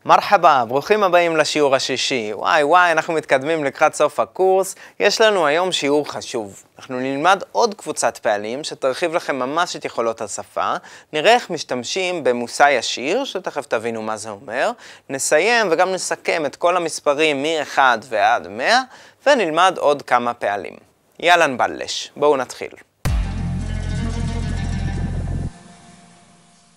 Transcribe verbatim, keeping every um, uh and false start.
מרחבה, ברוכים הבאים לשיעור השישי. וואי וואי, אנחנו מתקדמים לקראת סוף הקורס. יש לנו היום שיעור חשוב. אנחנו נלמד עוד קבוצת פעלים שתרחיב לכם ממש את יכולות השפה. נראה איך משתמשים במושא ישיר, שתכף תבינו מה זה אומר. נסיים וגם נסכם את כל המספרים מ-אחד ועד מאה, ונלמד עוד כמה פעלים. יאללה נבלש, בואו נתחיל.